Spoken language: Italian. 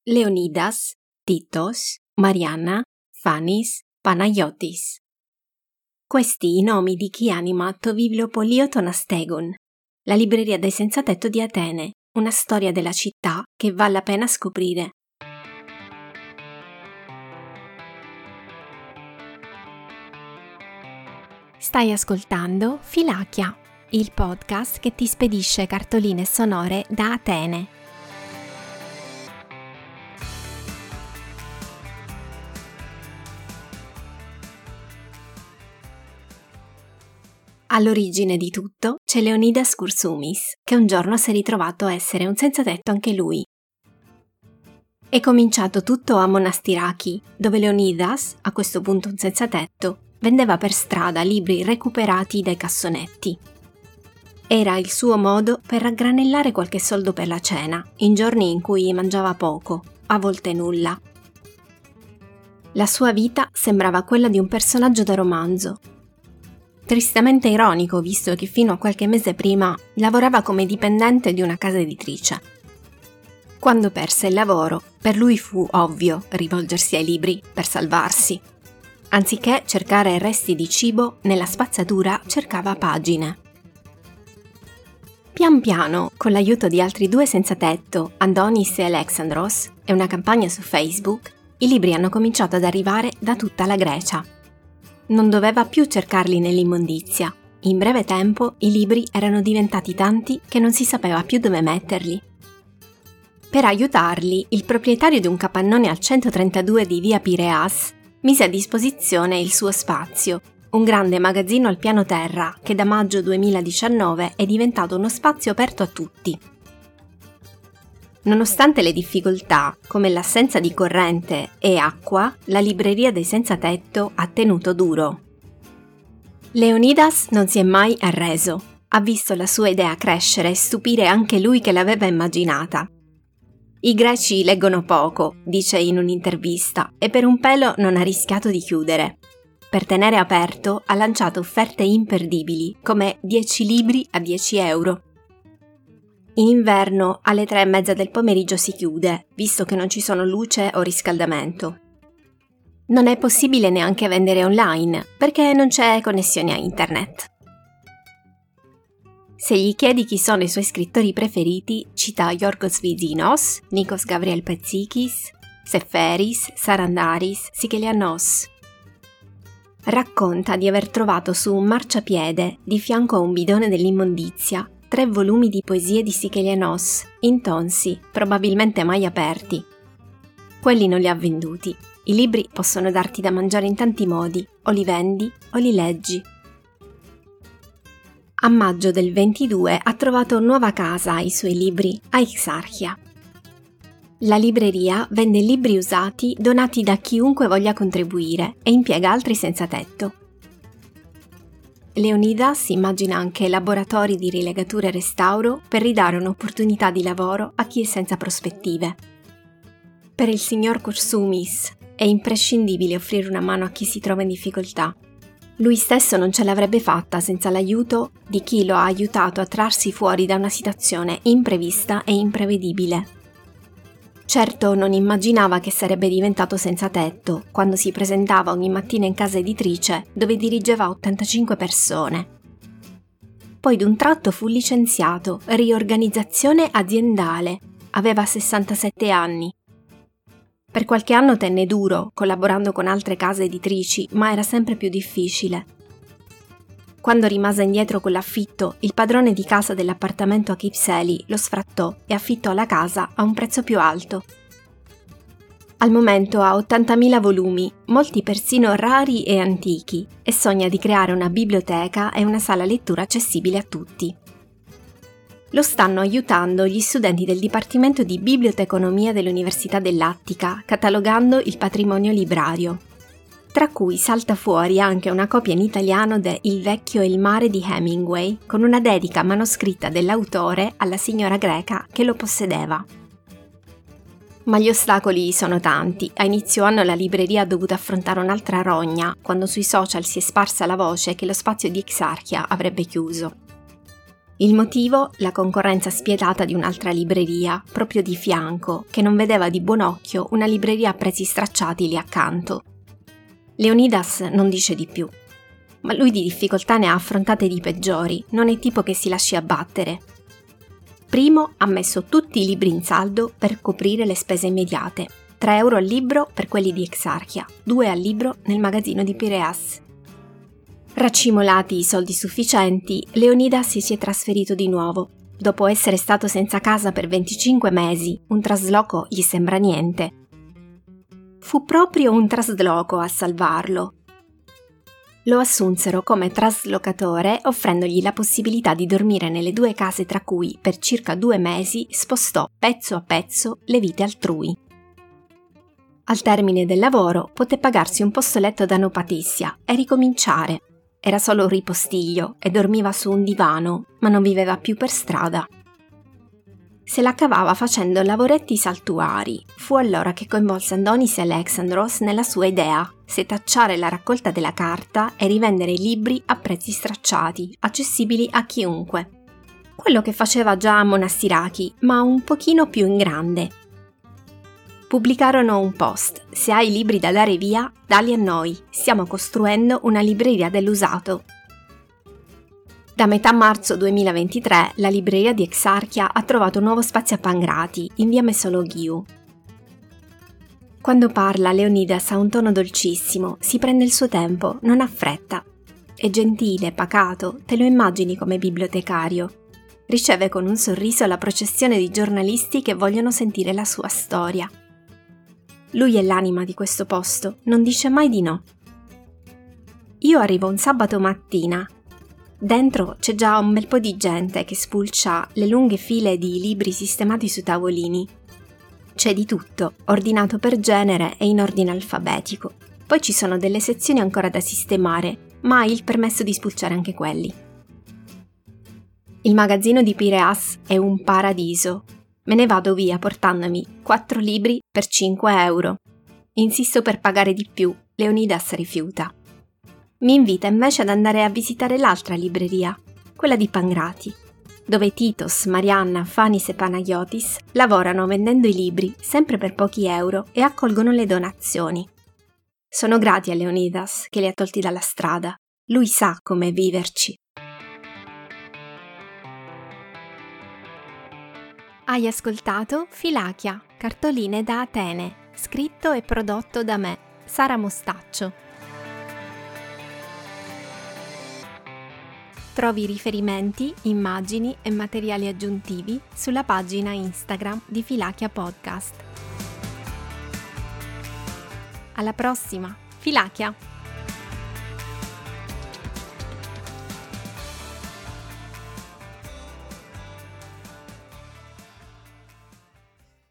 Leonidas, Titos, Mariana, Fanis, Panayotis. Questi i nomi di chi anima το βιβλιοπωλείο των Αστέγων, la libreria dei senza tetto di Atene, una storia della città che vale la pena scoprire. Stai ascoltando Filachia, il podcast che ti spedisce cartoline sonore da Atene. All'origine di tutto c'è Leonidas Kourtoumis, che un giorno si è ritrovato a essere un senza tetto anche lui. È cominciato tutto a Monastiraki, dove Leonidas, a questo punto un senza tetto, vendeva per strada libri recuperati dai cassonetti. Era il suo modo per raggranellare qualche soldo per la cena, in giorni in cui mangiava poco, a volte nulla. La sua vita sembrava quella di un personaggio da romanzo. Tristemente ironico, visto che fino a qualche mese prima lavorava come dipendente di una casa editrice. Quando perse il lavoro, per lui fu ovvio rivolgersi ai libri per salvarsi. Anziché cercare resti di cibo, nella spazzatura cercava pagine. Pian piano, con l'aiuto di altri due senza tetto, Andonis e Alexandros, e una campagna su Facebook, i libri hanno cominciato ad arrivare da tutta la Grecia. Non doveva più cercarli nell'immondizia. In breve tempo i libri erano diventati tanti che non si sapeva più dove metterli. Per aiutarli, il proprietario di un capannone al 132 di via Pireas mise a disposizione il suo spazio, un grande magazzino al piano terra che da maggio 2019 è diventato uno spazio aperto a tutti. Nonostante le difficoltà, come l'assenza di corrente e acqua, la libreria dei senza tetto ha tenuto duro. Leonidas non si è mai arreso. Ha visto la sua idea crescere e stupire anche lui che l'aveva immaginata. I greci leggono poco, dice in un'intervista, e per un pelo non ha rischiato di chiudere. Per tenere aperto ha lanciato offerte imperdibili, come 10 libri a 10 euro. In inverno alle 3:30 del pomeriggio si chiude, visto che non ci sono luce o riscaldamento. Non è possibile neanche vendere online, perché non c'è connessione a internet. Se gli chiedi chi sono i suoi scrittori preferiti, cita Yorgos Vizinos, Nikos Gabriel Petsikis, Seferis, Sarandaris, Sikelianos. Racconta di aver trovato su un marciapiede, di fianco a un bidone dell'immondizia, 3 volumi di poesie di Sikelianos, intonsi, probabilmente mai aperti. Quelli non li ha venduti. I libri possono darti da mangiare in tanti modi, o li vendi o li leggi. A maggio del 22 ha trovato nuova casa ai suoi libri a Exarchia. La libreria vende libri usati donati da chiunque voglia contribuire e impiega altri senza tetto. Leonidas immagina anche laboratori di rilegatura e restauro per ridare un'opportunità di lavoro a chi è senza prospettive. Per il signor Kourtoumis è imprescindibile offrire una mano a chi si trova in difficoltà. Lui stesso non ce l'avrebbe fatta senza l'aiuto di chi lo ha aiutato a trarsi fuori da una situazione imprevista e imprevedibile. Certo non immaginava che sarebbe diventato senza tetto quando si presentava ogni mattina in casa editrice dove dirigeva 85 persone. Poi d'un tratto fu licenziato, riorganizzazione aziendale, aveva 67 anni. Per qualche anno tenne duro, collaborando con altre case editrici, ma era sempre più difficile. Quando rimase indietro con l'affitto, il padrone di casa dell'appartamento a Kypseli lo sfrattò e affittò la casa a un prezzo più alto. Al momento ha 80.000 volumi, molti persino rari e antichi, e sogna di creare una biblioteca e una sala lettura accessibile a tutti. Lo stanno aiutando gli studenti del Dipartimento di Biblioteconomia dell'Università dell'Attica, catalogando il patrimonio librario, tra cui salta fuori anche una copia in italiano de Il vecchio e il mare di Hemingway, con una dedica manoscritta dell'autore alla signora greca che lo possedeva. Ma gli ostacoli sono tanti. A inizio anno la libreria ha dovuto affrontare un'altra rogna, quando sui social si è sparsa la voce che lo spazio di Exarchia avrebbe chiuso. Il motivo? La concorrenza spietata di un'altra libreria, proprio di fianco, che non vedeva di buon occhio una libreria a prezzi stracciati lì accanto. Leonidas non dice di più, ma lui di difficoltà ne ha affrontate di peggiori, non è tipo che si lasci abbattere. Primo, ha messo tutti i libri in saldo per coprire le spese immediate. 3 euro al libro per quelli di Exarchia, 2 al libro nel magazzino di Pireas. Racimolati i soldi sufficienti, Leonidas si è trasferito di nuovo. Dopo essere stato senza casa per 25 mesi, un trasloco gli sembra niente. Fu proprio un trasloco a salvarlo. Lo assunsero come traslocatore offrendogli la possibilità di dormire nelle 2 case tra cui, per circa 2 mesi, spostò pezzo a pezzo le vite altrui. Al termine del lavoro poté pagarsi un posto letto da Nopatessia e ricominciare. Era solo un ripostiglio e dormiva su un divano, ma non viveva più per strada. Se la cavava facendo lavoretti saltuari. Fu allora che coinvolse Andonis e Alexandros nella sua idea, setacciare la raccolta della carta e rivendere i libri a prezzi stracciati, accessibili a chiunque. Quello che faceva già Monastirachi, ma un pochino più in grande. Pubblicarono un post: se hai libri da dare via, dali a noi, stiamo costruendo una libreria dell'usato. Da metà marzo 2023 la libreria di Exarchia ha trovato un nuovo spazio a Pangrati, in via Mesologhiu. Quando parla Leonidas ha un tono dolcissimo, si prende il suo tempo, non ha fretta. È gentile, pacato, te lo immagini come bibliotecario. Riceve con un sorriso la processione di giornalisti che vogliono sentire la sua storia. Lui è l'anima di questo posto, non dice mai di no. Io arrivo un sabato mattina. Dentro c'è già un bel po' di gente che spulcia le lunghe file di libri sistemati sui tavolini. C'è di tutto, ordinato per genere e in ordine alfabetico. Poi ci sono delle sezioni ancora da sistemare, ma hai il permesso di spulciare anche quelli. Il magazzino di Pireas è un paradiso. Me ne vado via portandomi 4 libri per 5 euro. Insisto per pagare di più, Leonidas rifiuta. Mi invita invece ad andare a visitare l'altra libreria, quella di Pangrati, dove Titos, Marianna, Fanis e Panagiotis lavorano vendendo i libri sempre per pochi euro e accolgono le donazioni. Sono grati a Leonidas che li ha tolti dalla strada. Lui sa come viverci. Hai ascoltato Filachia, cartoline da Atene, scritto e prodotto da me, Sara Mostaccio. Trovi riferimenti, immagini e materiali aggiuntivi sulla pagina Instagram di Filachia Podcast. Alla prossima, Filachia!